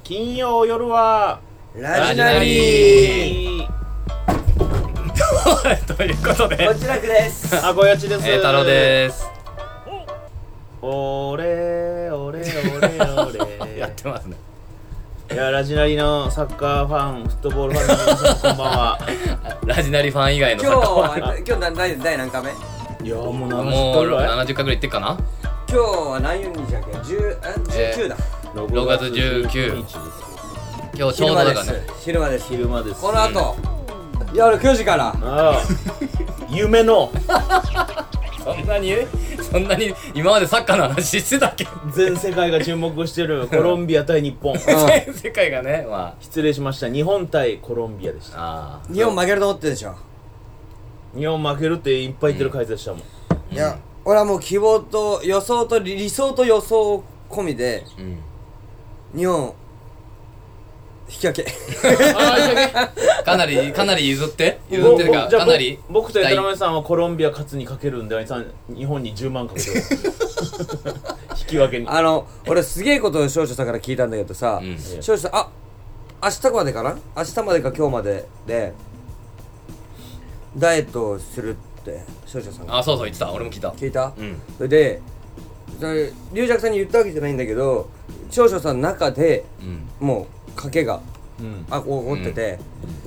金曜夜はラジナリーということでこちらくですあごやちです。 太郎です。 オレオレオレオレやってますね。 いやラジナリのサッカーファンフットボールファンの皆さんこんばんは。 ラジナリファン以外の今サッカーファン日第何回目？ いやもうもう 70回ぐらい 70回ぐらいいってっかな。 今日は何曜日だっけ？19だ。 6月19 日です。 今日ちょうどだからね。 昼間です。 昼間です。 この後、夜9時からああ夢のそんなに今までサッカーの話してたっけ？ 全世界が注目してるコロンビア対日本。 全世界がね、ま失礼しました。日本対コロンビアでした。 あ日本負けると思ってるでしょ。 日本負けるっていっぱい言ってる解説したもん。 いや、俺はもう希望と予想と理想と予想込みで日本引き分け。 かなり譲ってるか、 じゃあかなり僕とエタラメさんはコロンビア勝つにかけるんで、あいつは日本に10万かけてる。引き分けに。 俺すげえことを少々さんから聞いたんだけどさ、少々さん明日までかな、明日までか今日まででダイエットをするって少々さんがそう言ってた。俺も聞いた。 聞いた、 うんそれで龍尺さんに言ったわけじゃないんだけど、少々さんの中でもう賭けがうん起こってて、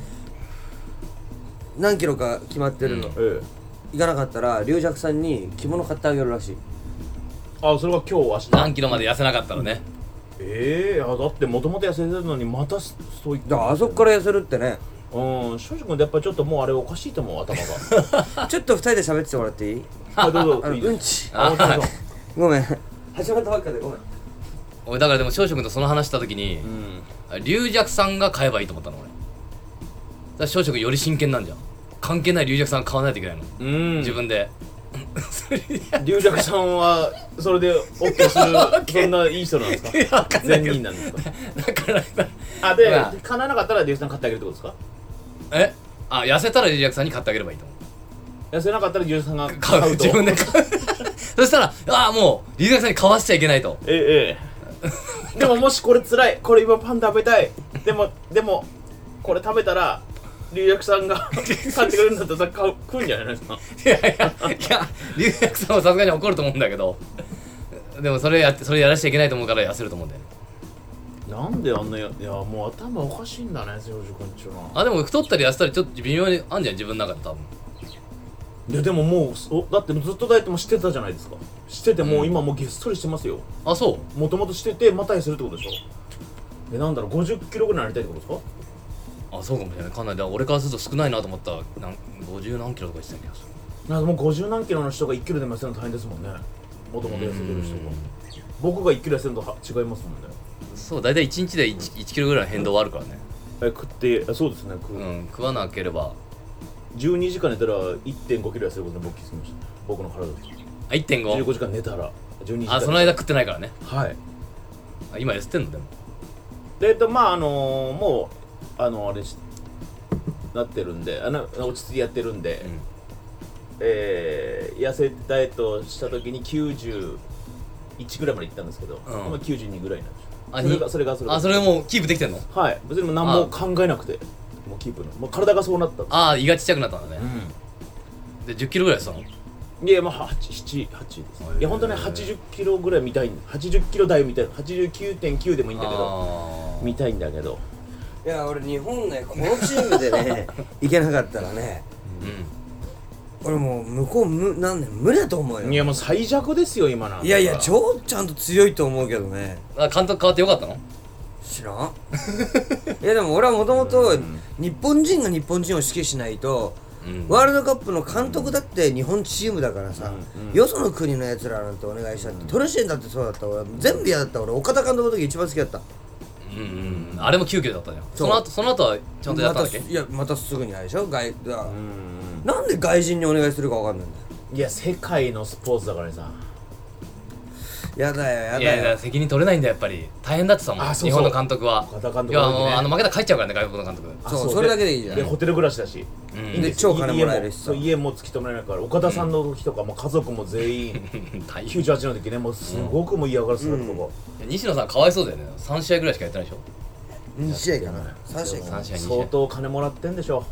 何キロか決まってるの、 え行かなかったら龍尺さんに着物買ってあげるらしい。 あそれが今日明日。 何キロまで痩せなかったらね。 だってもともと痩せてるのにまたそういっただからあそこから痩せるってね。 庄司君ってやっぱちょっともうあれおかしいと思う頭が。 ちょっと二人で喋っててもらっていい？ どうぞ。 うんちあごめん始まったばっかでごめん。 俺だからでも翔君とその話した時に龍尺さんが買えばいいと思ったの俺。だから翔君より真剣なんじゃん。関係ない龍尺さん買わないといけないの、 うん自分で。 龍尺さんはそれで OK するそんないい人なんですか？善人なんですか？ だからあでまあ叶わなかったら龍尺さん買ってあげるってことですか？ 痩せたら龍尺さんに買ってあげればいいと思う。 痩せなかったら龍尺さんが買うと自分で買う。そしたらもう龍尺さんに買わせちゃいけないと。 でももしこれ辛い、これ今パン食べたい、でもこれ食べたら龍尺さんが買ってくれるんだったら食うんじゃないですか？ いや龍尺さんはさすがに怒ると思うんだけど、でもそれやらしちゃいけないと思うから痩せると思うんだよね。 なんであんなもう頭おかしいんだね、庄司君っちゅうのは。 でも太ったり痩せたりちょっと微妙にあんじゃん自分の中で多分。 いやでももうだってずっとダイエットもしてたじゃないですか。しててもう今もうげっそりしてますよ。 そうもともとしててまた痩せるってことでしょ。なんだろう、50キロぐらいになりたいってことですか？ そうかもしれない。かなりだから俺からすると少ないなと思ったら50何キロとか言ってた気がする。 もう50何キロの人が1キロでも痩せるの大変ですもんね。もともと痩せてる人が。僕が1キロ痩せるのと違いますもんね。 そう大体1日で 1キロぐらいの変動はあるからね。 食ってそうですね。 食わなければ 12時間寝たら 1.5 キロ痩せることに僕気づきました。僕の体です。 1.5 15時間寝たら12時間。 その間食ってないからね。 はい。 今痩せてんのでも。 もうあれなってるんで、落ち着いてやってるんで、痩せダイエットした時に91ぐらいまで行ったんですけど、今92ぐらいなんですよ。それがそれもうキープできてんの？ はい。別にもう何も考えなくてもうキープの、もう体がそうなったんです。 胃がちっちゃくなったんだね。で10キロぐらいしたの？ いや8です。いや本当ね80キロぐらい見たいんで、80キロ台みたいな 89.9 でもいいんだけど見たいんだけど。 いや俺日本ねこのチームでねいけなかったらね、俺もう向こう無理だと思うよ。 いやもう最弱ですよ今なんか。 いや超ちゃんと強いと思うけどね。 監督変わってよかったの？ 知らん。いやでも俺はもともと日本人が日本人を指揮しないと、ワールドカップの監督だって日本チームだからさ、よその国のやつらなんてお願いしたって、トルシエンだってそうだった。俺全部嫌だった。俺岡田監督の時一番好きだった。 あれも急遽だったじゃん。その後はちゃんとやったんだっけ？ いやまたすぐにあれでしょ。なんで外人にお願いするか分かんないんだよ。 いや世界のスポーツだからさ。 やだよいや責任取れないんだよやっぱり。大変だってたもん日本の監督は。 岡田監督いや負けたら帰っちゃうからね外国の監督。 そうそれだけでいいじゃん。 でホテル暮らしだし、 で超金もらえるしさ。 家も突き止められないから。岡田さんの時とかも家族も全員98の時ねもうすごくもう嫌がらせだったとか。 西野さんかわいそうだよね。3試合ぐらいしかやってないでしょ。 2試合かな3試合か 3試合2試合相当金もらってんでしょ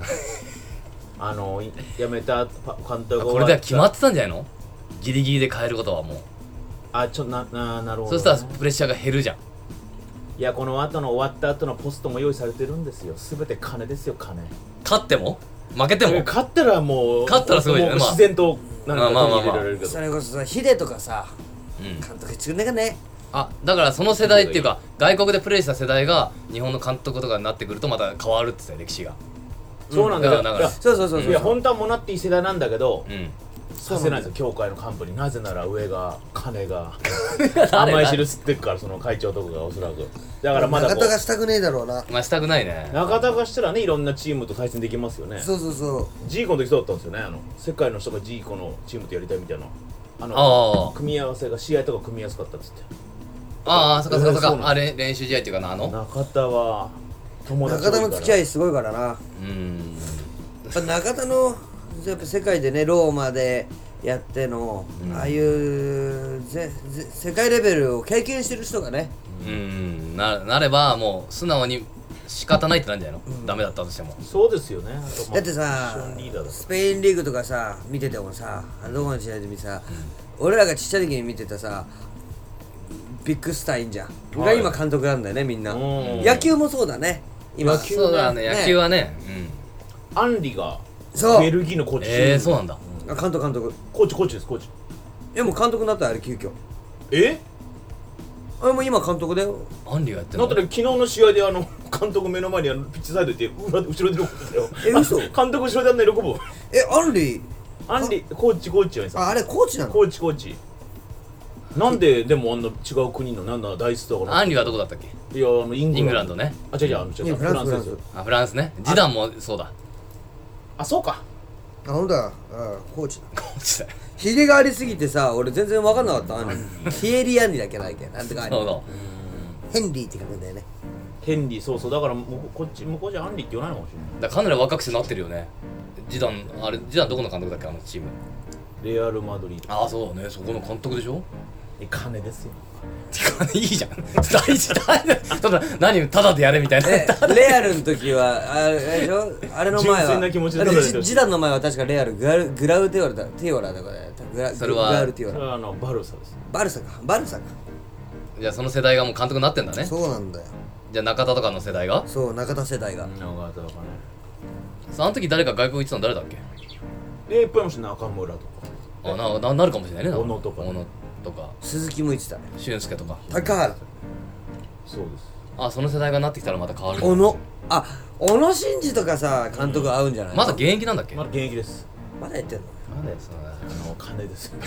辞めた監督がこれでは決まってたんじゃないの？ギリギリで変えることはもう。 なるほど、ね、 そしたらプレッシャーが減るじゃん。 いやこの後の終わった後のポストも用意されてるんですよ。全て金ですよ、金。 勝っても負けても勝ったらもう勝ったらすごいねもうまあ自然となんかまあまあまあ手に入れられるけど、 それこそさヒデとかさうん監督作んなきゃね。 あだからその世代っていうか外国でプレーした世代が日本の監督とかになってくるとまた変わるって言ってたよ歴史が。 そうなんだよ、 だからそうそうそうそう。 いや本当はもらっていい世代なんだけど、 うんさせないんですよ協会の幹部に。なぜなら上が金が甘い汁吸ってっから、その会長とかがおそらく。だからまだ中田がしたくねえだろうな。 まあしたくないね。 中田がしたらね、いろんなチームと対戦できますよね。 そうそうそう。 ジーコの時そうだったんですよね。世界の人がジーコのチームとやりたいみたいなああ組み合わせが試合とか組みやすかったっつって。 ああそっかそっかそっそうなんかあれ練習試合っていうかな中田は友達中田の付き合いいすごいからな。やうんっぱ中田のやっぱ世界でねローマでやっての、ああいう世界レベルを経験してる人がね。 なればもう素直に仕方ないってなんじゃないの、ダメだったとしても。 そうですよね。 だってさポジションリーダーだスペインリーグとかさ見ててもさどこの試合で見てさ、俺らがちっちゃい時に見てたさビッグスターいんじゃん、が今監督なんだよねみんな。 うん野球もそうだね今。 野球そうだね野球はねアンリがそうベルギーのコーチ。 そうなんだ。 あ監督コーチです、コーチ。 もう監督になったらあれ急遽えもう今監督だよ。 アンリがやってるのだってね、昨日の試合で監督目の前にピッチサイドいて後ろで喜ぶんだよ。 嘘監督後ろであんな喜ぶ。 アンリアンリコーチはさ、 あれコーチなの。 コーチなんででもあんな違う国のなんだ大スターがアンリはどこだったっけ？ いやイングランドね。 違うフランスですよ。 あフランスね。ジダンもそうだ。 あ、そうか。 あほんだコーチだ。 コーチだよ。 ヒゲがありすぎてさ俺全然分かんなかった。ヒエリアンリだけないけなんとかアンリそうそヘンリーって書くんだよね。 ヘンリー、そうだから向こうじゃアンリって言わないのかもしれう。だからかなり若くしてなってるよね。ジダンどこの監督だっけあのチーム。 ない。レアル・マドリード。 ああそうねそこの監督でしょ。 金ですよ。 いいじゃん。大事ただ何ただでやれみたいな。 レアルの時はあれでしょあれの前は純粋な気持ちでだってただでやってほしいジダンの前は確かレアルグラウティオラだからそれはグラウティオラそれはバルサです。 バルサかじゃあその世代がもう監督になってんだね。 そうなんだよ。 じゃあ中田とかの世代が。 そう中田世代が。 長田とかね。 あの時誰か外国行ってたの誰だっけ？ でいっぱいいました。中村とかあなるかもしれないね。 小野とか小野とか鈴木も言ってたね。 俊介とか。 高原そうです。 あその世代がなってきたらまた変わる。 小野小野伸二とかさ監督合うんじゃない。 まだ現役なんだっけ？ まだ現役です。 まだやってんの。 まだやつだ金ですよ。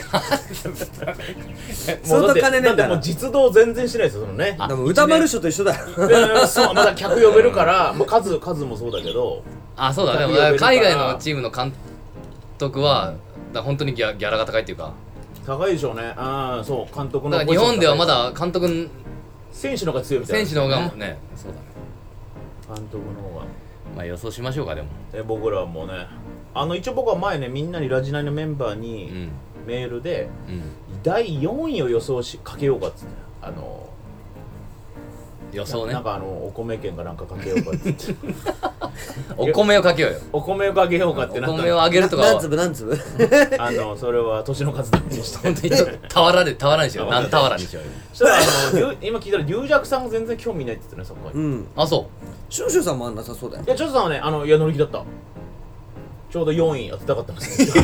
相当金ねえんだなだってもう実動全然しないですよ、そのね。 でも歌丸賞と一緒だよ。 そう、まだ客呼べるから、まあ、数もそうだけど、 あそうだね。 呼べるから海外のチームの監督は本当にギャラが高いっていうか。 高いでしょうね。ああ、そう、監督の。 だから日本ではまだ監督選手の方が強いみたいな。 選手の方がねそうだね。 監督の方が。 まあ予想しましょうかでも。 僕らはもうね、一応僕は前ね、みんなにラジナイのメンバーにメールで、第4位を予想かけようかっつって、 予想ねなん。かお米券かなんかかけようかっつってお米をかけようよ。 お米をかけようかってなったお米をあげるとか何は粒それは年の数だけにして本当に俵にしよう。何俵にしようよ。 そしたら今聞いたら龍尺さんが全然興味ないって言ってね、そこに。 うんあそ少々さんもあんなさそうだよい。や、ちょっとさんはね、乗り気だった。ちょうど4位当てたかったんですけど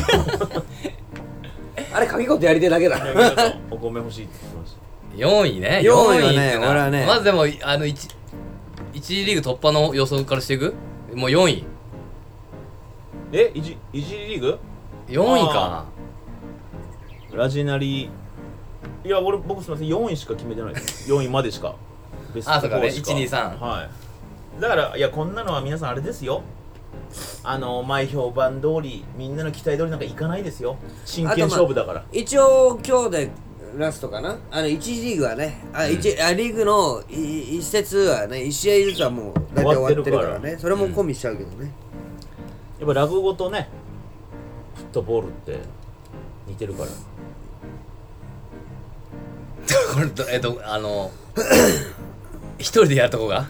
あれ鍵ことやりてえだけだ。 お米欲しいって言ってましう。4位ね。 4位はねってな俺はねまずでも1次リーグ突破の予想からしていく。もう4位。 た。一次リーグ 4位か。 ラジナリいや、僕すみません、4位しか決めてないです4位までしか。ベストあそうかね 4しか 1 2 3 はい。だからいや、こんなのは皆さんあれですよ、前評判通りみんなの期待通りなんかいかないですよ。真剣勝負だから。 一応今日でラストかな。1次リーグはねリーグの一節はね1試合ずつはもう大体終わってるから終わってるね。それも込みしちゃうけどね。 やっぱラグ語とね、フットボールって似てるから。 これ一人でやるとこが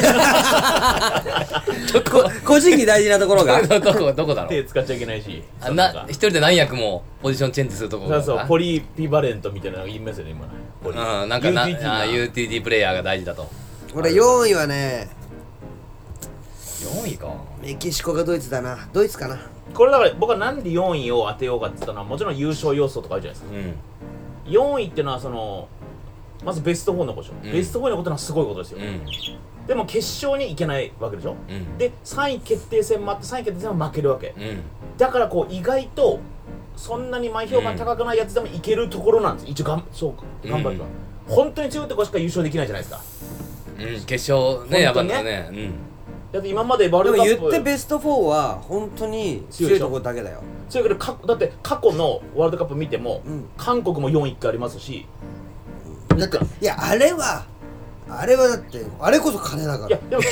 個人に大事なところがどこだろう。 手使っちゃいけないし一人で何役もポジションチェンジするとこがそうポリピバレントみたいなのが言いますよね今ねポリなんかUTT プレイヤーが大事だと。 俺4位はね 4位か。 メキシコかドイツだな。ドイツかな。 これだから僕はなんで4位を当てようかって言ったのはもちろん優勝要素とかあるじゃないですか。4位っていうのはそのまずベスト4のことでしょ、ベスト4のことはすごいことですよ、でも決勝に行けないわけでしょ、で3位決定戦もあって3位決定戦は負けるわけ、だからこう意外とそんなに前評判高くないやつでもいけるところなんです。一応頑張るわ、本当に強いところしか優勝できないじゃないですか、 決勝ねやばいね。 だって今までワールドカップでも言ってベスト4は本当に強いところだけだよ。 強いけどだって過去のワールドカップ見ても、韓国も4位1回ありますし、 だっていやあれはだってあれこそ金だから。 いやでも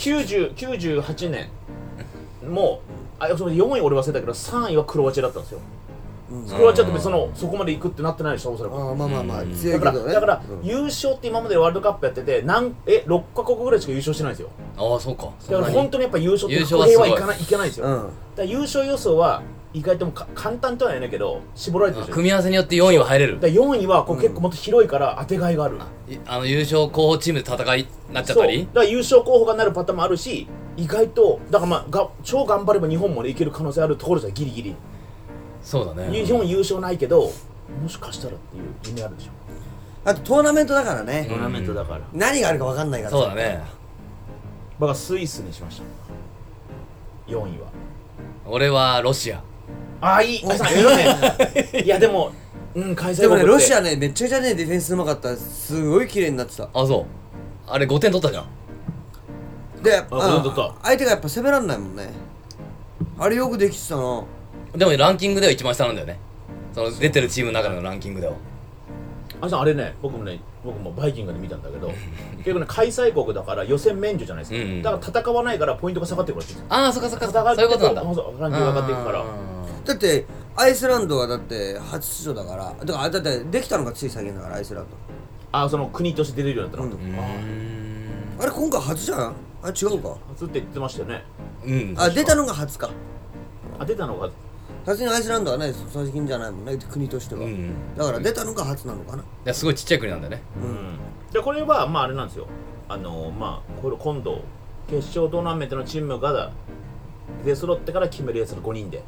98年も4位俺忘れたけど3位はクロアチアだったんですよ、クロアチアってそこまで行くってなってないでしょ、おそらく。 まあ強いけどね。 だから優勝って今までワールドカップやってて6カ国ぐらいしか優勝してないんですよ。 ああそうか。 だから本当にやっぱ優勝って不平はいけないんですよ、だから優勝予想は意外とも簡単とは言えないけど絞られてるんですよ。 組み合わせによって4位は入れる。 だから4位はこう結構もっと広いから当てがいがある、 優勝候補チームで戦いになっちゃったり、 だから優勝候補がなるパターンもあるし、意外とだから超頑張れば日本もいける可能性あるところじゃギリギリ。 そうだね。 日本優勝ないけどもしかしたらっていう夢あるでしょ。 あとトーナメントだからね。 トーナメントだから何があるか分かんないから。 そうだね。 僕はスイスにしました。4位は俺はロシア。 いいね。いやでも開催国ってでもねロシアねめっちゃくちゃねディフェンスうまかった。すごい綺麗になってた。 あそう。あれ5点取ったじゃん。 で 5点取った。 相手がやっぱ攻めらんないもんね。あれよくできてたな。 でもランキングでは一番下なんだよね。その出てるチームの中でのランキングでは。 あれね僕もバイキングで見たんだけど結構ね開催国だから予選免除じゃないですか、だから戦わないからポイントが下がってくるらしいんですよ。 ああそっかそっか。 戦ってそういうことなんだ。 ランキングが上がっていくから。 だってアイスランドはだって初出場だからだってできたのがつい最近だからアイスランド。 その国として出れるようになったの、 あれ今回初じゃん。あれ違うか。 初って言ってましたよね。 出たのが初か。 出たのが初にアイスランドはね最近じゃないもんね国としては、だから出たのが初なのかな。 いやすごいちっちゃい国なんだよね。 でこれはあれなんですよ。これ今度決勝トーナメントのチームが出揃ってから決めるやつの5人で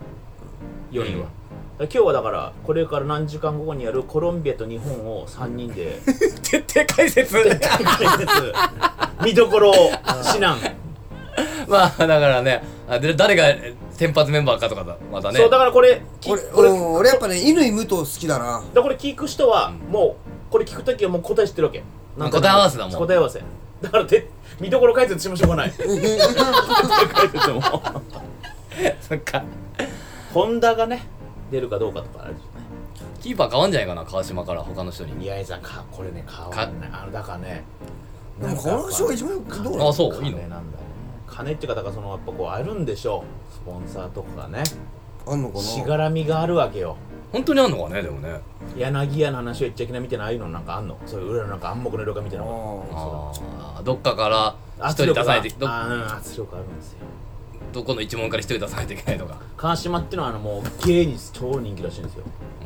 4人は、今日はだからこれから何時間後にやるコロンビアと日本を3人で徹底解説見どころを指南まあだからね誰が先発メンバーかとかだまたね。 そうだからこれ俺やっぱね乾武藤好きだな。 これ聞く人はもうこれ聞くときはもう答え知ってるわけ。 答え合わせだもん。 答え合わせだから見どころ解説しましょうがない解説もそっか。 本田がね出るかどうかとかあるんですよね。 キーパー変わんじゃないかな川島から他の人に。 宮井さんこれね変わんないだからねでもこの人が一番よくどうなの。 そういいの。 金なんだね。金っていうかだからやっぱこうあるんでしょう。スポンサーとかがねあんのかな。 しがらみがあるわけよ。 本当にあんのかねでもね。 柳家の話を言っちゃいけないみたいなああいうのなんかあんの。そういう裏のなんか暗黙の了解みたいなどっかから一人出さないと圧力あるんですよ。 どこの一門から一人出さないといけないとか。 川島っていうのはもう芸に超人気らしいんですよ。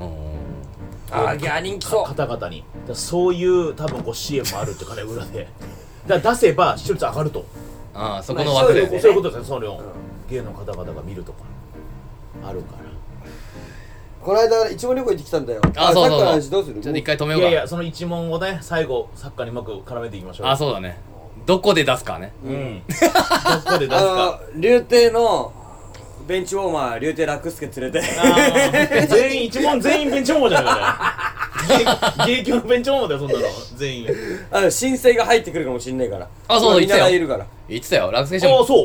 人気そう方々にそういう多分支援もあるっていうかね裏でだから出せば視聴率上がると。 そこの枠で、 そういうことですね。それを芸の方々が見るとかあるから。 この間一問旅行行ってきたんだよ。 そうサッカーの話どうする。 ちょっと一回止めようか。 いやその一問をね最後サッカーにうまく絡めていきましょう。 そうだね。どこで出すかね。 どこで出すか。 竜亭のベンチウォーマー竜亭楽助連れて全員一問全員ベンチウォーマーじゃないかね。芸協のベンチウォーマーだよそんなの全員。 新生が入ってくるかもしんないから。 そう言ってたよ。 いるから言ってたよ楽助さん。 そう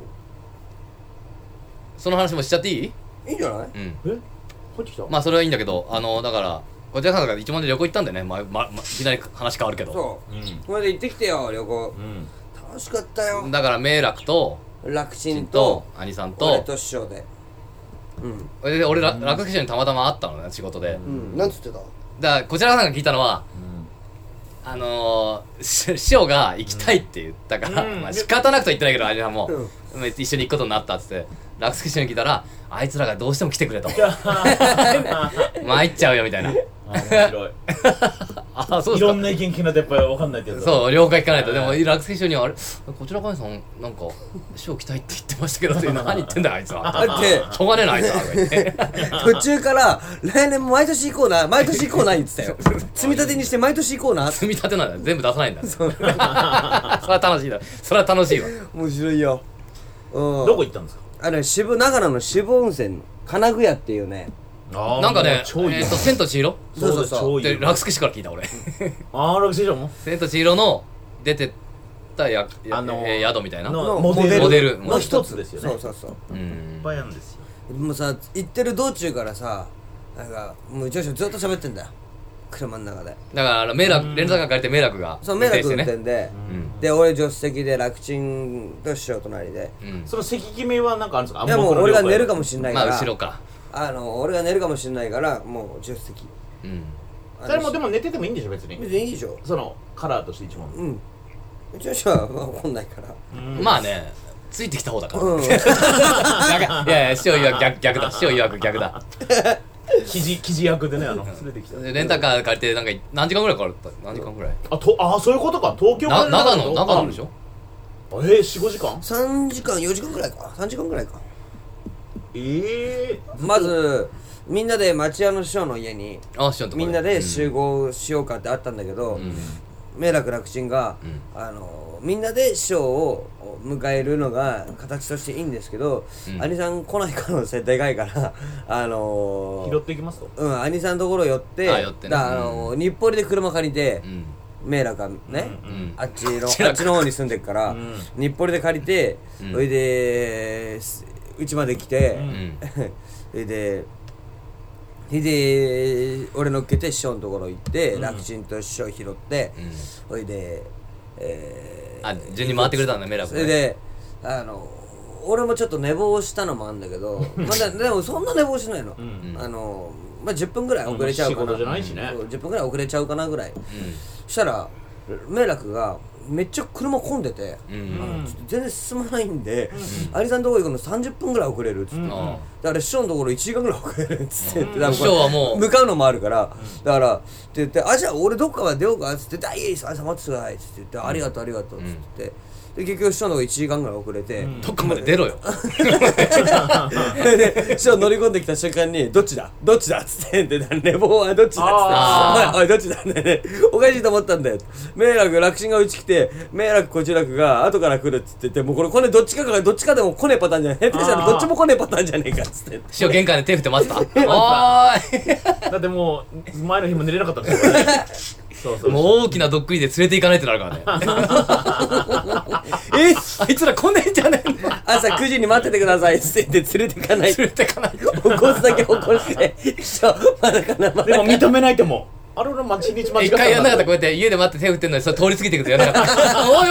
その話もしちゃっていい？ いいんじゃない？ 入ってきた？ まあそれはいいんだけどだからこちらさんが一問で旅行行ったんだよね。いきなり話変わるけど。 これで行ってきてよ旅行。楽しかったよ。 だから明楽と楽ちんと兄さんと俺と師匠で。 俺楽助師匠にたまたま会ったのね仕事で。 なんつってた？ だからこちらさんが聞いたのは師匠が行きたいって言ったから、まあ仕方なくと言ってないけど、あれはもう、一緒に行くことになったっつって楽助師匠に聞いたら、あいつらがどうしても来てくれと参っちゃうよみたいな。 面白いあ、そうですか。 いろんな意見聞かないとやっぱり分かんないってやつだ。 そう、了解聞かないと。でも楽助師匠にはあれ、こちらかねさんなんか師匠来たいって言ってましたけどって何言ってんだよあいつは。 だってしょうがねえなあいつはとか言って途中から来年も毎年行こうな毎年行こうな言ってたよ積み立てにして毎年行こうな積み立てなんだよ、全部出さないんだねそれは楽しいだ、それは楽しいわ。 面白いよ。 どこ行ったんですか？ 長野の渋温泉金具屋っていうね。 なんかね、 超いい千と千尋そうで楽助師から聞いた俺楽助師匠も千と千尋の出てった宿みたいなのモデルの一つですよね。 そういっぱいあるんですよ。 もうさ行ってる道中からさなんかもう上司ずっと喋ってんだよ車の中で。 だからレンタカー借りて迷惑がそう迷惑運運転転で、 うんで俺助手席で楽ちんと師匠隣で、 その席決めはなんかあるんですか？ いやもう俺が寝るかもしんないから、 まあ後ろか。 俺が寝るかもしんないからもう助手席。 それもでも寝ててもいいんでしょ別に。 別にいいでしょ。 そのカラーとして一問。 上司は怒んないから。 まあね、ついてきた方だから。 うんいや師匠曰く逆だ。師匠曰く逆だ。 記事役でね連れてきた。 レンタカー借りてなんか何時間ぐらいかかった？何時間ぐらい？ そういうことか。東京から長野でしょ ？4、5時間 ？3時間4時間ぐらいか。3時間ぐらいか。まずみんなで町屋の師匠の家にみんなで集合しようかってあったんだけど、明楽楽ちんがみんなで師匠を迎えるのが形としていいんですけど、兄さん来ない可能性でかいから拾っていきますと。 兄さんのところ寄って日暮里で車借りて明楽がねあっちの方に住んでるから日暮里で借りてそれでうちまで来てそれで俺乗っけて師匠のところ行って楽ちんと師匠拾ってそれで順に回ってくれたんだ明楽。 それで俺もちょっと寝坊したのもあるんだけどでもそんな寝坊しないの。まあ10分ぐらい遅れちゃうかな。10分ぐらい遅れちゃうかなぐらい。そしたら明楽がめっちゃ車混んでて全然進まないんで兄さんのところ行くの30分ぐらい遅れるっつってだから師匠のところ1時間ぐらい遅れるっつって師匠はもう向かうのもあるからだからって言ってじゃあ俺どっかまで出ようかっつっていいです待ってくださいっつって言ってありがとうっつってで結局師匠のとこ1時間ぐらい遅れてどっかまで出ろよで師匠乗り込んできた瞬間にどっちだっつって寝坊はどっちだっつっておいどっちだねおかしいと思ったんだよ明楽楽ちんがうち来て明楽こちらくが後から来るっつって言ってもうこれ来ねどっちかでも来ねえパターンじゃねえ下手したらどっちも来ねえパターンじゃねえかっつって師匠玄関で手振って待ってたおーいだってもう前の日も寝れなかったんですよねもう大きなドッグリで連れて行かないってなるからねあいつら来ねえんじゃねえの朝9時に待っててくださいっつって連れてかない連れてかない起こすだけ起こして師匠まだかなでも認めないともあれの日にち間違ったんだ一回やんなかったこうやって家で待って手振ってんのにそれ通り過ぎていくとやんなかったおい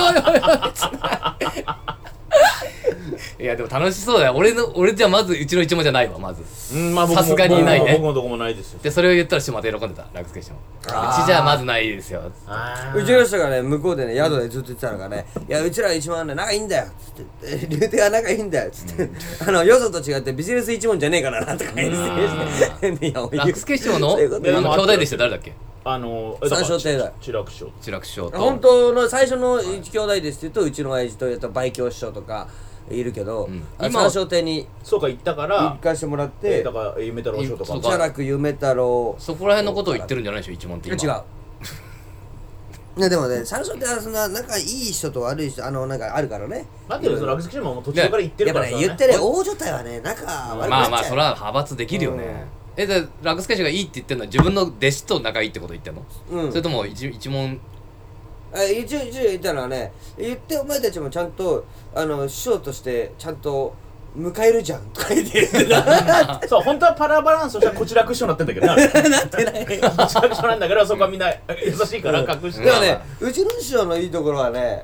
いやでも楽しそうだよ俺じゃまずうちの一門じゃないわまずさすがにいないね僕のとこもないですよでそれを言ったら師匠また喜んでた楽助師匠うちじゃまずないですようちの人がね向こうでね宿でずっと言ってたのがねいやうちら一番ね仲いいんだよつって流亭は仲いいんだよつってよそと違ってビジネス一門じゃねえからなとか言って楽助師匠の兄弟でした誰だっけ三笑亭だ知楽師匠と本当の最初の一兄弟ですって言うとうちの親父と梅京師匠とかいるけど三笑亭にそうか行ったから行かしてもらってだから夢太郎師匠とか写楽夢太郎そこら辺のことを言ってるんじゃないでしょ一門って今違ういやでもね三笑亭はそんな仲いい人と悪い人なんかあるからねだけど楽助師匠も途中から言ってるからやっぱね言ってね大所帯はね仲悪くなっちゃうまあそれは派閥できるよねで楽助師匠がいいって言ってるのは自分の弟子と仲いいってこと言ってんのそれとも一門一応言ったのはね言ってお前たちもちゃんと師匠としてちゃんと迎えるじゃんとか言ってそう本当はパラバランスをしたらこちらクッションになってんだけどなってないこちらクッションなんだけどそこはみんな優しいから隠してでもねうちの師匠のいいところはね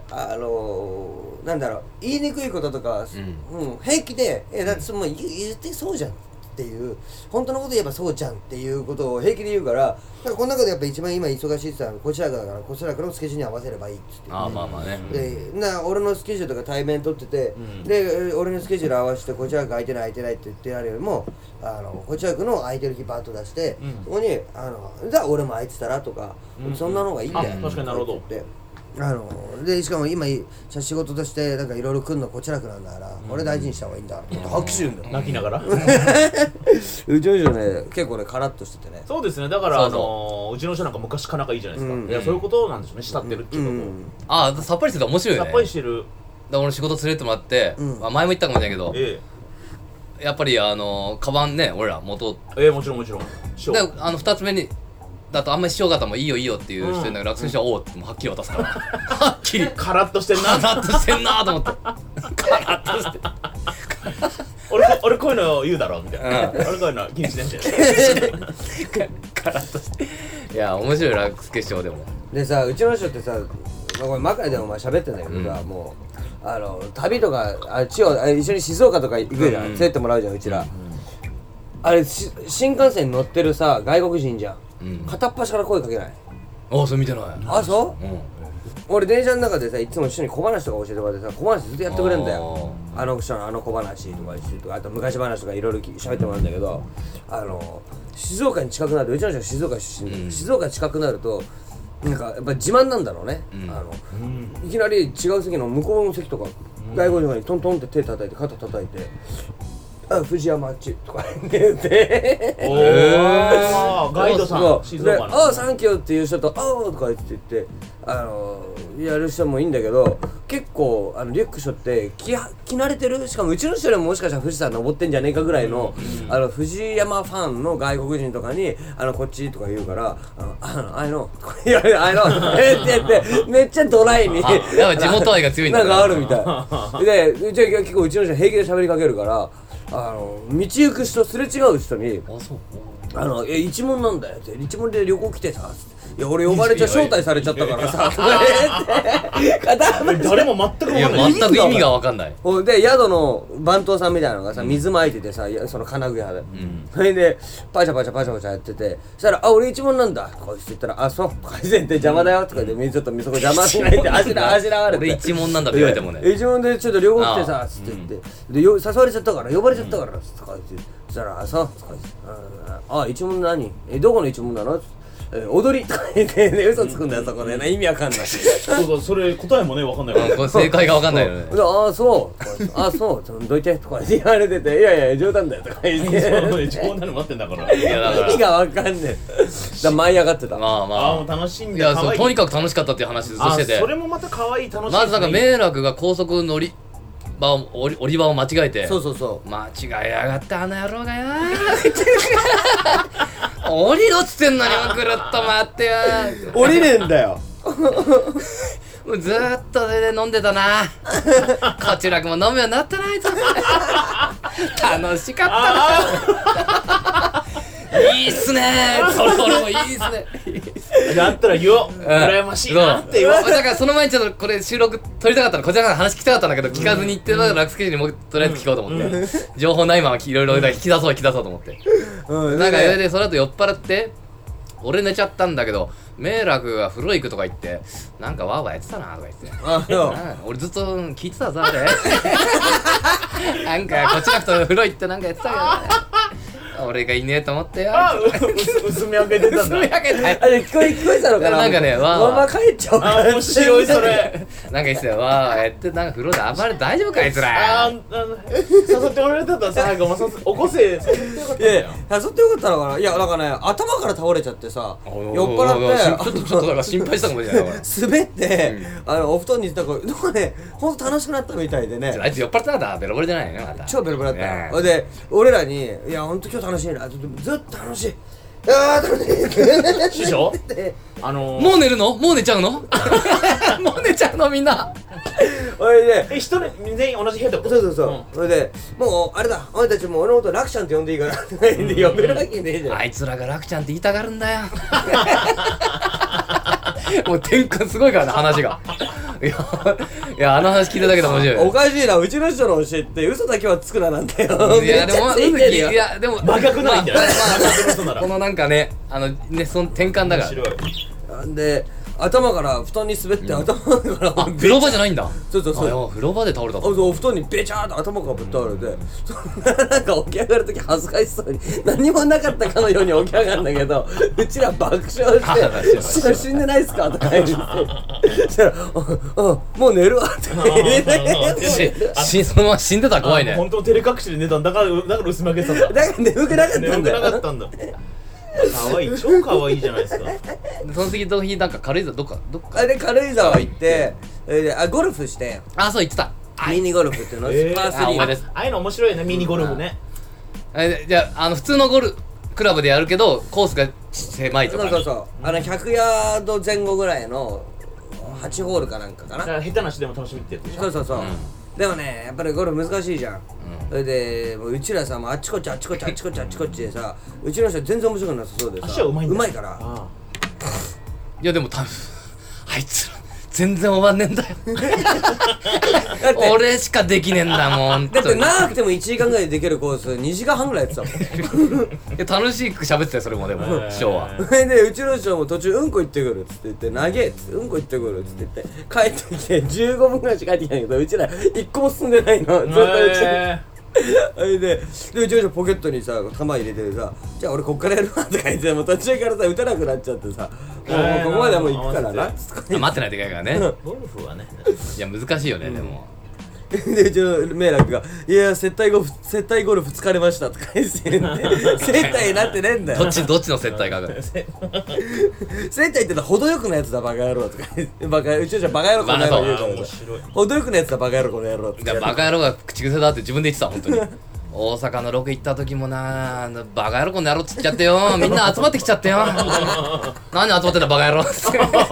なんだろう言いにくいこととか平気でだってもう言ってそうじゃんっていう本当のこと言えばそうじゃんっていうことを平気で言うから、だからこの中でやっぱ一番今忙しいって言ったらこちらだからこちらのスケジュールに合わせればいいっつって、ね、 ああまあまあね、 で俺のスケジュールとか対面取ってて、で俺のスケジュール合わせてこちらが空いてないって言ってあるよりもこちらの空いてる日バッと出して、そこにじゃあ俺も空いてたらとか、そんなのがいいんだよ、 確かになるほどってでしかも今仕事としてなんかいろいろ来るのこちらくなんだから、俺大事にした方がいいんだって拍手言うんだよ、 泣きながらうちの人ね結構ねカラッとしててね、 そうですね、だからうちの人なんか昔から仲いいじゃないですか、いやそういうことなんでしょうね、慕ってるっていうこと、 ああさっぱりしてて面白いよね、 さっぱりしてる。 だから俺仕事連れてってもらって、まあ前も言ったかもしれないけど、やっぱりカバンね俺ら元もちろんもちろん。 で2つ目にだとあんまりしようかったらもういいよいいよっていう人いるんだけど、楽選手はおうってもうはっきり渡すからはっきりカラッとしてんなカラッとしてんなと思ってカラッとして俺こういうの言うだろみたいな、俺こういうの気にしてんじゃんカラッとしていや面白い楽決勝でもでさうちの人ってさこれマカでも喋ってんだけどさ、もう旅とか一緒に静岡とか行くじゃん、連れてってもらうじゃんうちら、あれ新幹線に乗ってるさ外国人じゃん、片っ端から声かけない。 ああそれ見てない。 あそう、俺電車の中でさいつも一緒に小話とか教えてもらってさ小話ずっとやってくれるんだよ、あの人の小話とかあと昔話とかいろいろ喋ってもらうんだけど、静岡に近くなるとうちの人は静岡出身で、静岡近くなるとなんかやっぱ自慢なんだろうね、いきなり違う席の向こうの席とか、外国人にトントンって手叩いて肩叩いて藤山あっちとか言ってガイドさん静岡のサンキューっていう人ととか言ってやる人もいいんだけど、結構リュック背負って着慣れてる、しかもうちの人でももしかしたら富士山登ってんじゃねえかぐらいの藤山ファンの外国人とかにこっちとか言うからあいのとか言われてあいのって言ってめっちゃドライにやっぱ地元愛が強いんだなんかあるみたいで結構うちの人平気で喋りかけるから道行く人すれ違う人に一門なんだよって一門で旅行来てさいや俺呼ばれちゃ招待されちゃったからさ誰も全く分かんない。 全く意味が分かんない。 で宿の番頭さんみたいなのがさ水巻いててさその金具屋でそれでパチャパチャやっててそしたら俺一門なんだとか言ったらそうとか言って邪魔だよとか言ってちょっとそこ邪魔しないってあしらわれて俺一門なんだって言われてもね一門でちょっと旅行来てさつって言ってで誘われちゃったから呼ばれちゃったからとか言ってそしたらそうとか言って一門何どこの一門なの踊りとか言ってね嘘つくんだよそこで意味わかんないそうそれ答えもねわかんないからこれ正解がわかんないよねそうどいてとか言われてていやいや冗談だよとか言って冗談に待ってんだから意味がわかんねえだ舞い上がってたまあ楽しんでいやそうとにかく楽しかったっていう話ずっとしててそれもまた可愛い楽しいまずなんか迷惑が高速乗り降り場を間違えてそう間違えやがってあの野郎がよ降りろっつってんのにぐるっと回ってよ降りねえんだよもうずーっとそれで飲んでたなこちらくも飲むようになったなあいつ楽しかったいいっすねそれもいいっすねだったら言おう羨ましいなって言われだからその前にちょっとこれ収録撮りたかったのこちらから話聞きたかったんだけど聞かずに行って楽スケジュールにもとりあえず聞こうと思って情報ないままいろいろ引き出そうと思ってなんかでその後酔っ払って俺寝ちゃったんだけど迷楽が風呂行くとか言ってなんかワーワーやってたなとか言って俺ずっと聞いてたぞあれなんかこっちの人風呂行ってなんかやってたけどね俺がいねえと思ってよ薄め開けてたんだあれ聞こえたのかななんかねわーわー帰っちゃうから面白いそれなんか言ってたよわーやってなんか風呂で暴れ大丈夫かあいつら誘ってもらえたんだ最後起こせ誘ってよかったんだよ誘ってよかったのかないやなんかね頭から倒れちゃってさ酔っ払ってちょっとだから心配したかもしれない滑ってお布団になんかねほんと楽しくなったみたいでねあいつ酔っ払ってなかったベロベロじゃないねまた超ベロベロだったで俺らにいやほんと今日楽しいなずっと楽しい楽しい師匠もう寝るのもう寝ちゃうのもう寝ちゃうのみんなおいで一人全員同じ部屋ってことそうそれでもうあれだお前たちも俺のこと楽ちゃんって呼んでいいからって呼べるわけねえじゃんあいつらが楽ちゃんって言いたがるんだよもう転換すごいからね話がいやあの話聞いただけで面白いよ。 おかしいな、うちの人の教えって嘘だけはつくななんだよ。 いやでもめっちゃついてるよ。 いやでも真逆なんじゃない？真逆の人ならこのなんかねその転換だから。 面白い。 で頭から布団に滑って頭からあ風呂場じゃないんだ。 そうそうそう。 あいや風呂場で倒れたと。 そうお布団にベチャーと頭からぶっ倒れて、そんななんか起き上がるとき恥ずかしそうに何もなかったかのように起き上がるんだけど、うちら爆笑して「死んでないっすか?」とか言って、そしたら「もう寝るわ」って言ってそのまま死んでたら怖いね。 本当照れ隠しで寝たんだから薄まげてたんだ。 だから眠くなかったん眠くだよ。 なかったんだ。可愛い、超可愛いじゃないですか。 その次の日なんか軽井沢どっかあれ軽井沢行ってゴルフして、 あそう言ってた。 ミニゴルフっていうのパーあ思い出 3。 す。 ああいうの面白いよね、ミニゴルフね。 じゃあ普通のクラブでやるけどコースが狭いとか。 そう100ヤード前後ぐらいの8ホールかなんかかな。 だから下手なしでも楽しみってやつでしょ。 そう、でもねやっぱりゴルフ難しいじゃん。それでもううちらさもうあっちこっちでさ、うちの人全然面白くなさそうでさ、 足はうまいんだよ。 うまいからあいやでもあいつら全然終わんねえんだよ。 だって俺しかできねえんだもん。 だって長くても1時間ぐらいでできるコース2時間半ぐらいやってたもん。 楽しく喋ってたよそれもでも師匠は。 それでうちの人も途中うんこ行ってくるっつって言って投げっつってうんこ行ってくるっつって言って帰ってきて15分ぐらいしか帰ってきたんだけど、うちら1個も進んでないのずっとうちらそれでうちの人ポケットにさ玉入れてさ、じゃあ俺こっからやるわとか言って、もう途中からさ打たなくなっちゃってさ、もうここまでもう行くからなっつって待ってないといけないからね。 ゴルフはね。 いや難しいよねでも。 でうちの明楽が「いや接待ゴルフ疲れました」とか言って接待になってねえんだよ。 どっちの接待かが。 接待ってのは程よくのやつだバカ野郎とか言ってうちの人はバカ野郎この野郎言うからさ、程よくのやつだバカ野郎この野郎ってバカ野郎が口癖だって自分で言ってた本当に。大阪のロケ行った時もなバカ野郎この野郎っつっちゃってよ、みんな集まってきちゃってよ。何集まってんだバカ野郎って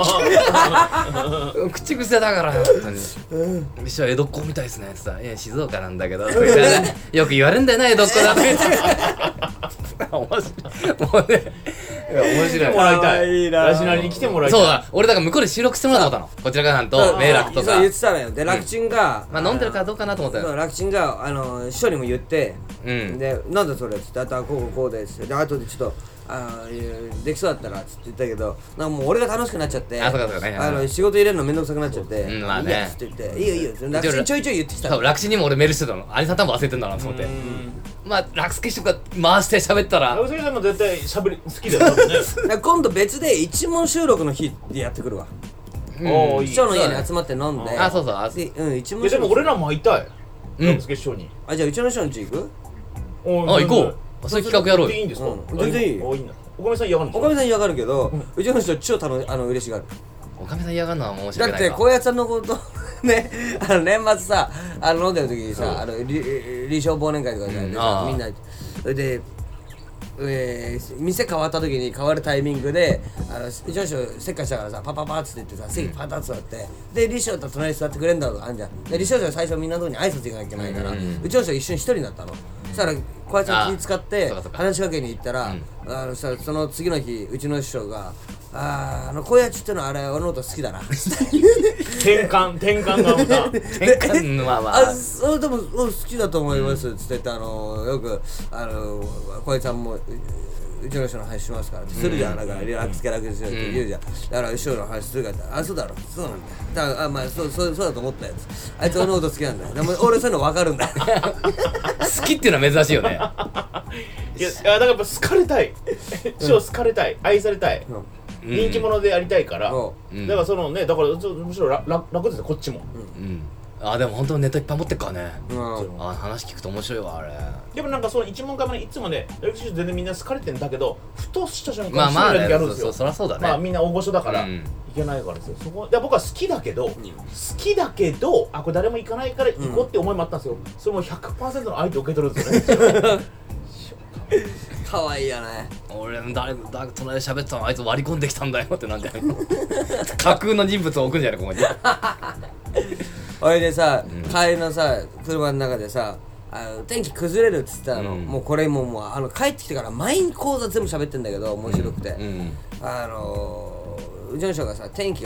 口癖だから本当に。師匠江戸っ子みたいですねってさ、いや静岡なんだけどよく言われんだよな江戸っ子だって面白いもうね面白い。 もらいたい。 いいなラジナリに来てもらいたい。 そうだ俺だから向こうで収録してもらったことあったの、こちら側なんと明楽とかそう言ってたのよ。で楽ちんがまあ飲んでるからどうかなと思ったよ。 そう楽ちんが師匠にも言ってうんでなんだそれっつって、あとはこうでっつって、で後でちょっとできそうだったらっつって言ったけど、なんかもう俺が楽しくなっちゃって、 あそうかそうかね仕事入れるのめんどくさくなっちゃって、 うんまあねいいやっつって言って、いいよ楽ちんちょいちょい言ってきたの。 多分楽ちんにも俺メールしてたの、兄さん多分忘れてんだなと思って。まあ楽助師とか回して喋ったら青杉さんも絶対喋り好きだよ多分ね。 だから今度別で一問収録の日でやってくるわ。 おーいい。 師匠の家に集まって飲んで、 あそうそうで一い問収録。 やでも俺らも会いたい。 うん青杉師匠に。 じゃあうちの師匠の家行く？ あ行こう、そういう企画やろうよ。 いいんですか？ 全然いいよいいんだ。おかみさん嫌がるんでしょ？ おかみさん嫌がるけど、うちの人超嬉しがる。 おかみさん嫌がるのは申しだ訳ないか。 ってこうやつさんのことね、年末さ飲んでる時にさ離床忘年会とかでさみんなで店変わった時に変わるタイミングでうちの人せっかちだからさパパパッつって言ってさ席パタッと座ってで李翔と隣に座ってくれんだろうあんじゃん。で李翔は最初みんなのとこに挨拶行かなきゃいけないから、うちの人一瞬一人になったの。そしたらこやつが気使ってそうかそうか話しかけに行ったら、その次の日うちの師匠がこうやつってのはあれ俺のこと好きだな転換がまた転換まあまあそれでも好きだと思いますっつって言ってよく小江さんもうちの人の話しますからってするじゃん。だからリラックスキャラクターって言うじゃん。だから師匠の話するからそうだろそうなんだよ。だからまあそうだと思ったやつ。あいつ俺のこと好きなんだよ。でも俺そういうの分かるんだよ。 好きっていうのは珍しいよね。 いやだからやっぱ好かれたい。師匠好かれたい、愛されたい。人気者でありたいから、だからそのね、だからむしろ楽ですよこっちも。 でも本当にネタいっぱい持ってっからね。 うん話聞くと面白いわあれ。 でもなんかその一問会もねいつもね大学生全然みんな好かれてんだけど、ふとした瞬間まあやるんですよ。 そりゃそうだね。 まあみんな大御所だからうんいけないからですよ。そこで僕は好きだけどこれ誰も行かないから行こうって思いもあったんですよ。それも 100% の愛と受け取るんですよね。 可愛いよね。 俺誰隣で喋ってたのあいつ割り込んできたんだよってなんじゃないの。架空の人物を置くんじゃないここに。 おいでさ、帰りのさ車の中でさ天気崩れるっつったの、もうこれもう帰ってきてから毎講座全部喋ってんだけど面白くて、うちの人がさ天気が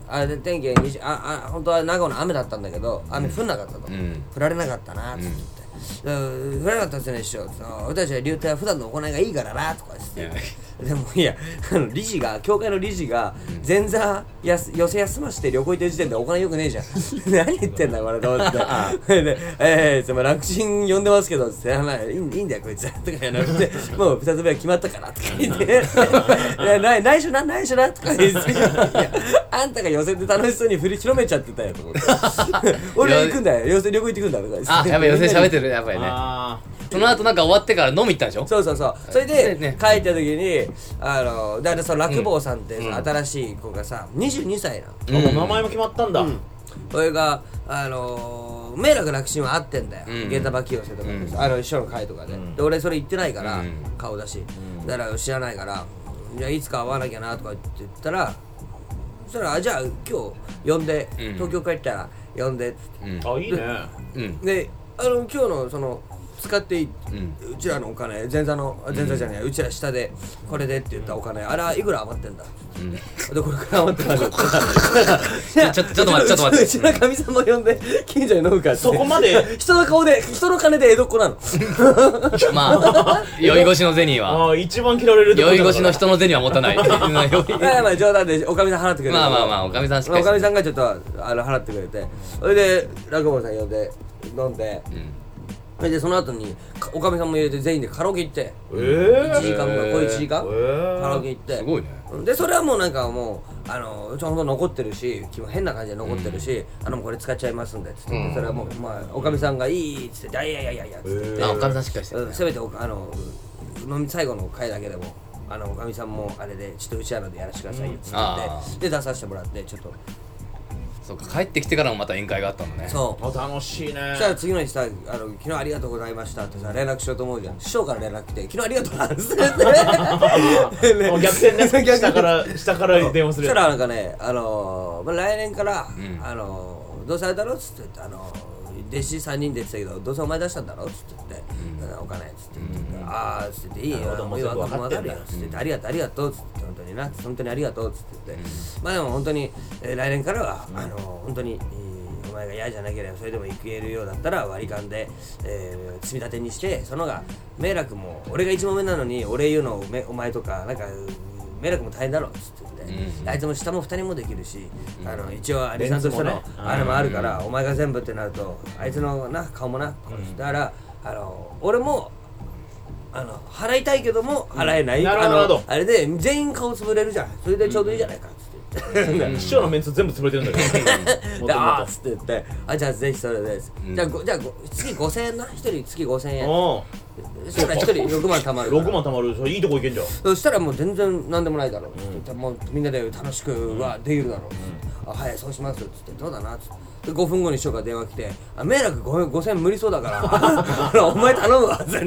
で天気本当は長野の雨だったんだけど雨降んなかったと、降られなかったなっつって、降らなかったですよね師匠、俺たちは流体は普段の行いがいいからなとか言って、でもいや教会の理事が前座寄せ休まして旅行行ってる時点でお金よくねえじゃん何言ってんだこれと思ってで楽ちん呼んでますけどつっていいんだよこいつとか言わなくてもう2つ目は決まったからとか言って内緒なとか言っていやあんたが寄せて楽しそうに振り広めちゃってたよと思って俺行くんだよ旅行行ってくんだとか言ってやっぱ寄せ喋ってるやっぱりねその後なんか終わってから飲み行ったんでしょ。 そうそれで、帰った時にだからその楽坊さんって新しい子がさ22歳なの、名前も決まったんだ、 それが明楽楽進は合ってんだよ、ゲータバキ寄せとか一緒の会とかで、で俺それ言ってないから、顔だし、だから知らないからじゃあいつか会わなきゃなとかって言ったらそしたらじゃあ今日呼んで、東京帰ったら呼んでってあいいねで今日のその使っていい、うちらのお金前座じゃないうちら下でこれでって言ったお金あれはいくら余ってんだ、でこれくらい余ってんだちょっと待ってうちらかみさんも呼んで近所に飲むからそこまで人の金で江戸っ子なのまあ酔い越しの銭は一番嫌われる酔い越しの人の銭は持たないまあ冗談でおかみさん払ってくれるまあおかみさんしっかりおかみさんがちょっと払ってくれてそれで落語さん呼んで飲んででその後におかみさんも入れて全員でカラオケ行って1時間ぐらい1時間カラオケ行ってすごいねでそれはもうなんかもうちょうど残ってるし変な感じで残ってるしもうこれ使っちゃいますんでつってそれはもうまあおかみさんがいいっつっていやっつっておかみさんしっかりしてるせめて最後の回だけでもおかみさんもあれでちょっとうちわのでやらせてくださいよっつってで出させてもらってちょっとそうか帰ってきてからもまた宴会があったのねそう楽しいねそしたら次の日さ昨日ありがとうございましたってさ連絡しようと思うじゃん師匠から連絡来て昨日ありがとうなんですって逆転ね下から電話するそしたらなんかね来年からどうせあれだろっつって弟子3人で言ってたけどどうせお前出したんだろっつって言ってお金っつって言ってああっつっていいよもう分かるよっつって言ってありがとうっつって本当にな本当にありがとうっつって言ってまあでも本当に来年からは本当にお前が嫌じゃなければそれでも行けるようだったら割り勘で積み立てにしてそのが明楽も俺が1問目なのに俺言うのお前とかなんか明楽も大変だろっつって言ってあいつも下も2人もできるし一応アリさんとしてのあれもあるからお前が全部ってなるとあいつのな顔もなだから俺も払いたいけども払えないあれで全員顔潰れるじゃんそれでちょうどいいじゃないかっつって師匠のメンツ全部潰れてるんだけどあーっつって言ってじゃあぜひそれですじゃあ月5000円な1人月5000円そしたら1人6万貯まる 6万貯まるいいとこ行けんじゃんそしたらもう全然何でもないだろうもうみんなで楽しくはできるだろうはいそうしますっつってどうだなっつって5分後に師匠から電話来て明楽5000円無理そうだからお前頼むわっつって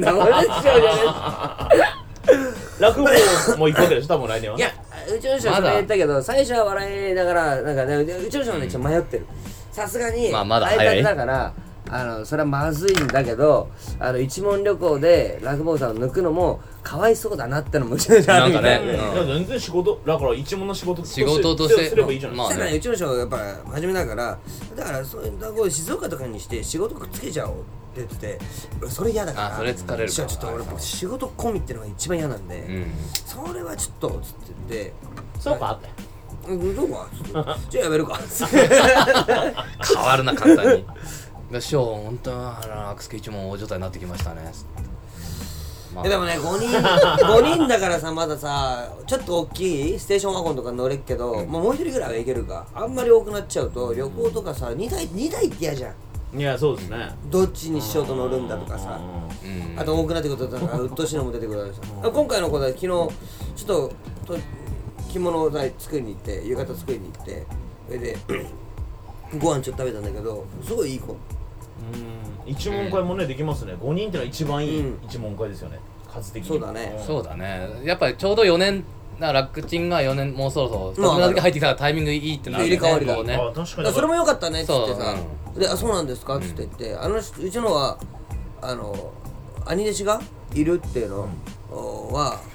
落語も行くわけでしょ多分来年はいやうちの師匠それ言ったけど最初は笑いながらなんかねうちの師匠もねちょっと迷ってるさすがにまだ早いだからそれはまずいんだけど一問旅行で落語さんを抜くのもかわいそうだなってのもうちの師匠あるみたいな全然仕事だから一問の仕事としてすればいいじゃないですかうちの師匠やっぱ真面目だからそういう静岡とかにして仕事くっつけちゃおうって言っててそれ嫌だからそれ疲れるちょっと俺仕事込みってのが一番嫌なんでそれはちょっとつって言ってそうかってどうかじゃあやめるか変わるな簡単に師匠本当は悪助一門大所帯になってきましたねでもね5人だからさまださちょっと大きいステーションワゴンとか乗れっけど、もう一人ぐらいはいけるかあんまり多くなっちゃうと旅行とかさ2台って嫌じゃんいやそうですねどっちにしようと乗るんだとかさあと多くなってくるとなんかうっとうしいのも出てくるわけさ今回の子で昨日ちょっと着物を作りに行って浴衣作りに行ってそれでご飯ちょっと食べたんだけどすごいいい子一問会もねできますね5人ってのは一番いい一問会ですよね数的にそうだねやっぱりちょうど4年楽ちんが4年もうそろそろ2つ目だけ入ってきたらタイミングいいってなる入れ替わりだね確かにそれも良かったねっつってさでそうなんですかっつって言ってうちのは兄弟子がいるっていうのは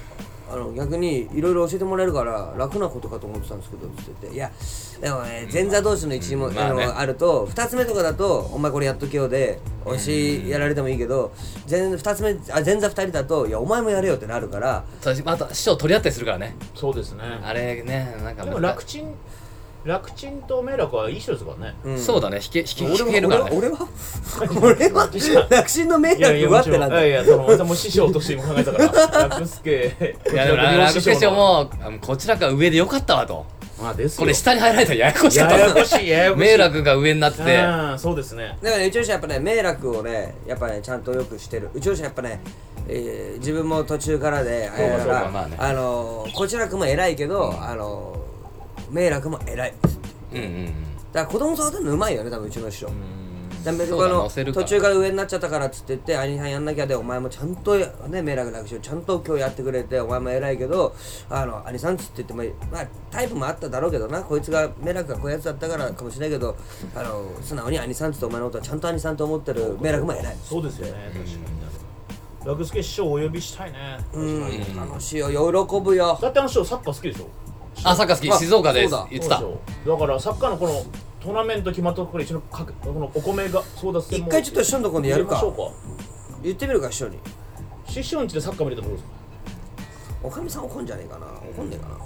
逆にいろいろ教えてもらえるから楽なことかと思ってたんですけどって言って、いやでもね前座同士の一位も、あると2つ目とかだとお前これやっとけよで推しやられてもいいけど、前座2人だといやお前もやれよってなるから、 また師匠取り合ったりするからね。 そうですね。 あれね、なんかでも楽ちんと明楽はいい人ですからね。 そうだね、弾けるからね。 俺は楽ちんの明楽はってなんだ。 いやそのもう師匠としても考えたから楽助。 いやでも楽助師匠もこちらが上でよかったわと。 ですこれ下に入られたらややこしかった。 ややこしい。 明楽が上になってて。 そうですね。 だからね、うちの師匠やっぱね明楽をねやっぱねちゃんとよくしてる。うちの師匠やっぱね、自分も途中からでこちらくんも偉いけど明楽も偉い。だから子供育てるのうまいよね多分うちの師匠。途中から上になっちゃったからっつって言って兄さんやんなきゃでお前もちゃんとね明楽楽師匠ちゃんと今日やってくれてお前も偉いけど兄さんっつって言ってもまあタイプもあっただろうけどな、こいつが明楽がこういうやつだったからかもしれないけど素直に兄さんっつってお前のことはちゃんと兄さんと思ってる明楽も偉い。 そうですよね。確かに楽助師匠をお呼びしたいね。 楽しいよ、喜ぶよ。 だって師匠サッカー好きでしょ。 サッカー好き、静岡で言ってた。 だからサッカーのこのトーナメント決まったところ一緒のこのお米がそうだ一回ちょっと師匠のところでやるか。言ってみるか師匠に。 師匠んちでサッカー見れたらどうですか。 おかみさん怒んじゃねえかな。怒んねえかな。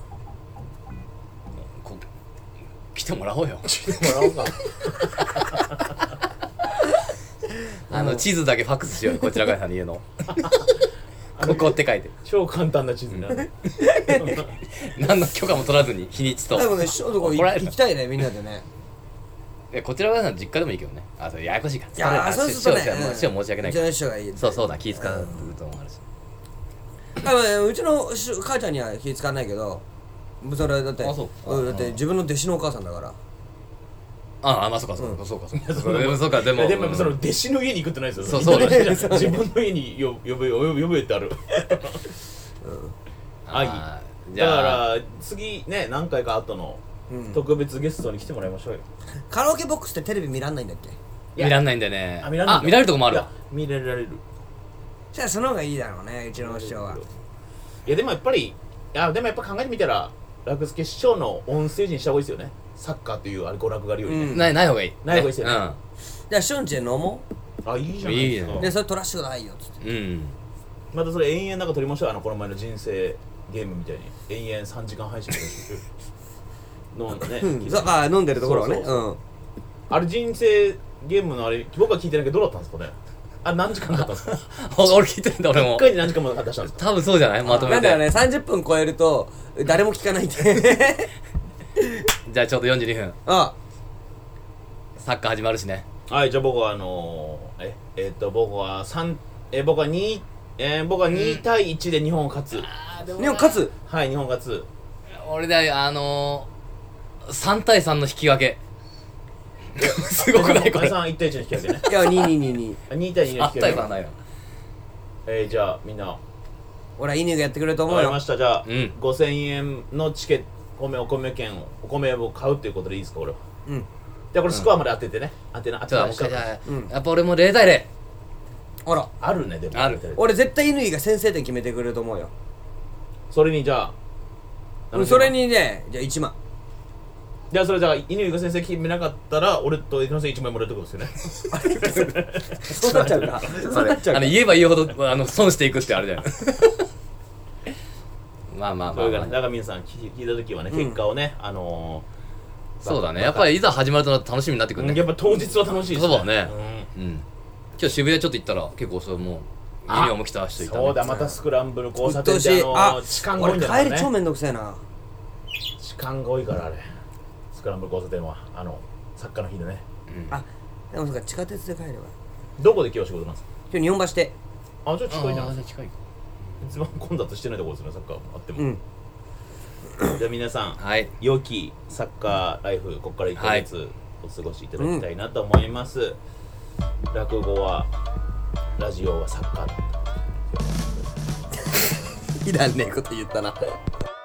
来てもらおうよ。 来てもらおうか。 地図だけファックスしよう、こちら側さんに言うの。ここって書いて超簡単な地図になる。 何の許可も取らずに日にちと。 でもね、師匠のとこ行きたいね、みんなでね。 こちら側さん実家でもいいけどね。それややこしいから。 いやそうするとね、 師匠申し訳ないから。うちの師匠がいい。 そうだ、気使うと思うし。 うちの母ちゃんには気使わないけど、それだって自分の弟子のお母さんだから。 まあそうかでもその弟子の家に行くってないですよ。 そうだね。 自分の家に呼べってある。だから次ね何回か後の特別ゲストに来てもらいましょうよ。 カラオケボックスってテレビ見らんないんだっけ。 見らんないんだよね。 見られるとこもある。 見れられる。 じゃあその方がいいだろうね、うちの師匠は。 いやでもやっぱ考えてみたら楽助師匠のオンステージにした方がいいですよね。サッカーという娯楽があるよりね。 ない方がいい。 ない方がいいですよね。 じゃあ師匠んちで飲もう。いいじゃないですか。 でそれ取らしてくださいよっつって。 またそれ延々なんか撮りましょう。この前の人生ゲームみたいに延々3時間配信飲んでね。 飲んでるところはね。 あれ人生ゲームのあれ僕は聞いてないけどどうだったんですかね。何時間だったんですか。 俺聞いてるんだ俺も。 1回で何時間も出したんですか。 多分そうじゃない、まとめて。 なんだよね、30分超えると誰も聞かないって。 じゃあちょうど42分。サッカー始まるしね。 はい、じゃあ僕は僕は2対1で日本勝つ。 日本勝つ。 はい、日本勝つ。 俺で3対3の引き分け。すごくないこれ。 3対1の引き分けね。 いや2 対2の引き分け。 3対3ないな。 じゃあみんな俺はいいねがやってくれると思うよ。 わかりました。じゃあ5000円のチケットお米券お米を買うっていうことでいいですか。俺はじゃあこれスコアまで当ててね。当てなじゃあやっぱ俺も0対0。 あらあるね。でもある。俺絶対乾が先制点決めてくれると思うよ。 それにじゃあそれにね、じゃあ1万。 じゃあそれじゃあ乾が先生決めなかったら俺と江野さん1万円もらえるってことですよね。 そうなっちゃうか。そうなっちゃうか。 言えば言うほど損していくってあれだよ。まあそれからだから皆さん聞いた時はね結果をねそうだね。やっぱりいざ始まると楽しみになってくるね。 やっぱ当日は楽しいですね。 そうだね。今日渋谷ちょっと行ったら結構それもうユニフォーム着た人いた。 そうだ、またスクランブル交差点で痴漢が多いんだからね。 帰り超めんどくせえな。 痴漢が多いからあれスクランブル交差点は作家の日でね。 でもそうか、地下鉄で帰れば。 どこで今日仕事なんですか。 今日日本橋で。 じゃあ近いじゃん。近いか。一番混雑してないところですね、サッカーあっても。じゃあ皆さん、良きサッカーライフここから1ヶ月お過ごしいただきたいなと思います。落語はラジオはサッカーだ。 いらんねえこと言ったな。